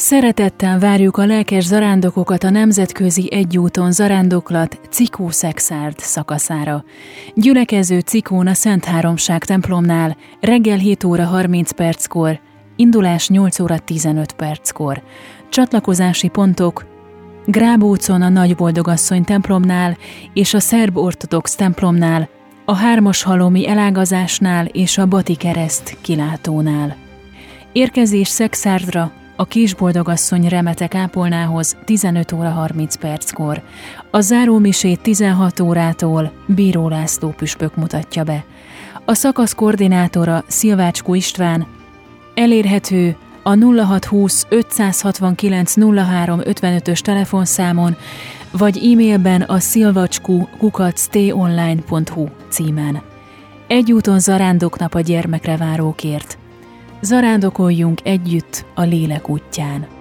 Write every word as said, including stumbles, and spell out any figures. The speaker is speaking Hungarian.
Szeretettel várjuk a lelkes zarándokokat a nemzetközi egyúton zarándoklat Cikó-Szekszárd szakaszára. Gyülekező Cikón a Szent Háromság templomnál reggel hét óra harminc perckor, indulás nyolc óra tizenöt perckor. Csatlakozási pontok: Grábócon a Nagyboldogasszony templomnál és a szerb ortodox templomnál, a Hármashallomi elágazásnál és a Bati kereszt kilátónál. Érkezés Szekszárdra a Kisboldogasszony remete kápolnához tizenöt óra harminc perckor. A zárómisét tizenhat órától Bíró László püspök mutatja be. A szakasz koordinátora Szilvácskó István, elérhető a nulla hat húsz ötszázhatvankilenc nulla három ötvenötös telefonszámon, vagy e-mailben a szilvacskó kukac t online pont hu címen. Egyúton zarándoknap a gyermekre várókért. Zarándokoljunk együtt a lélek útján.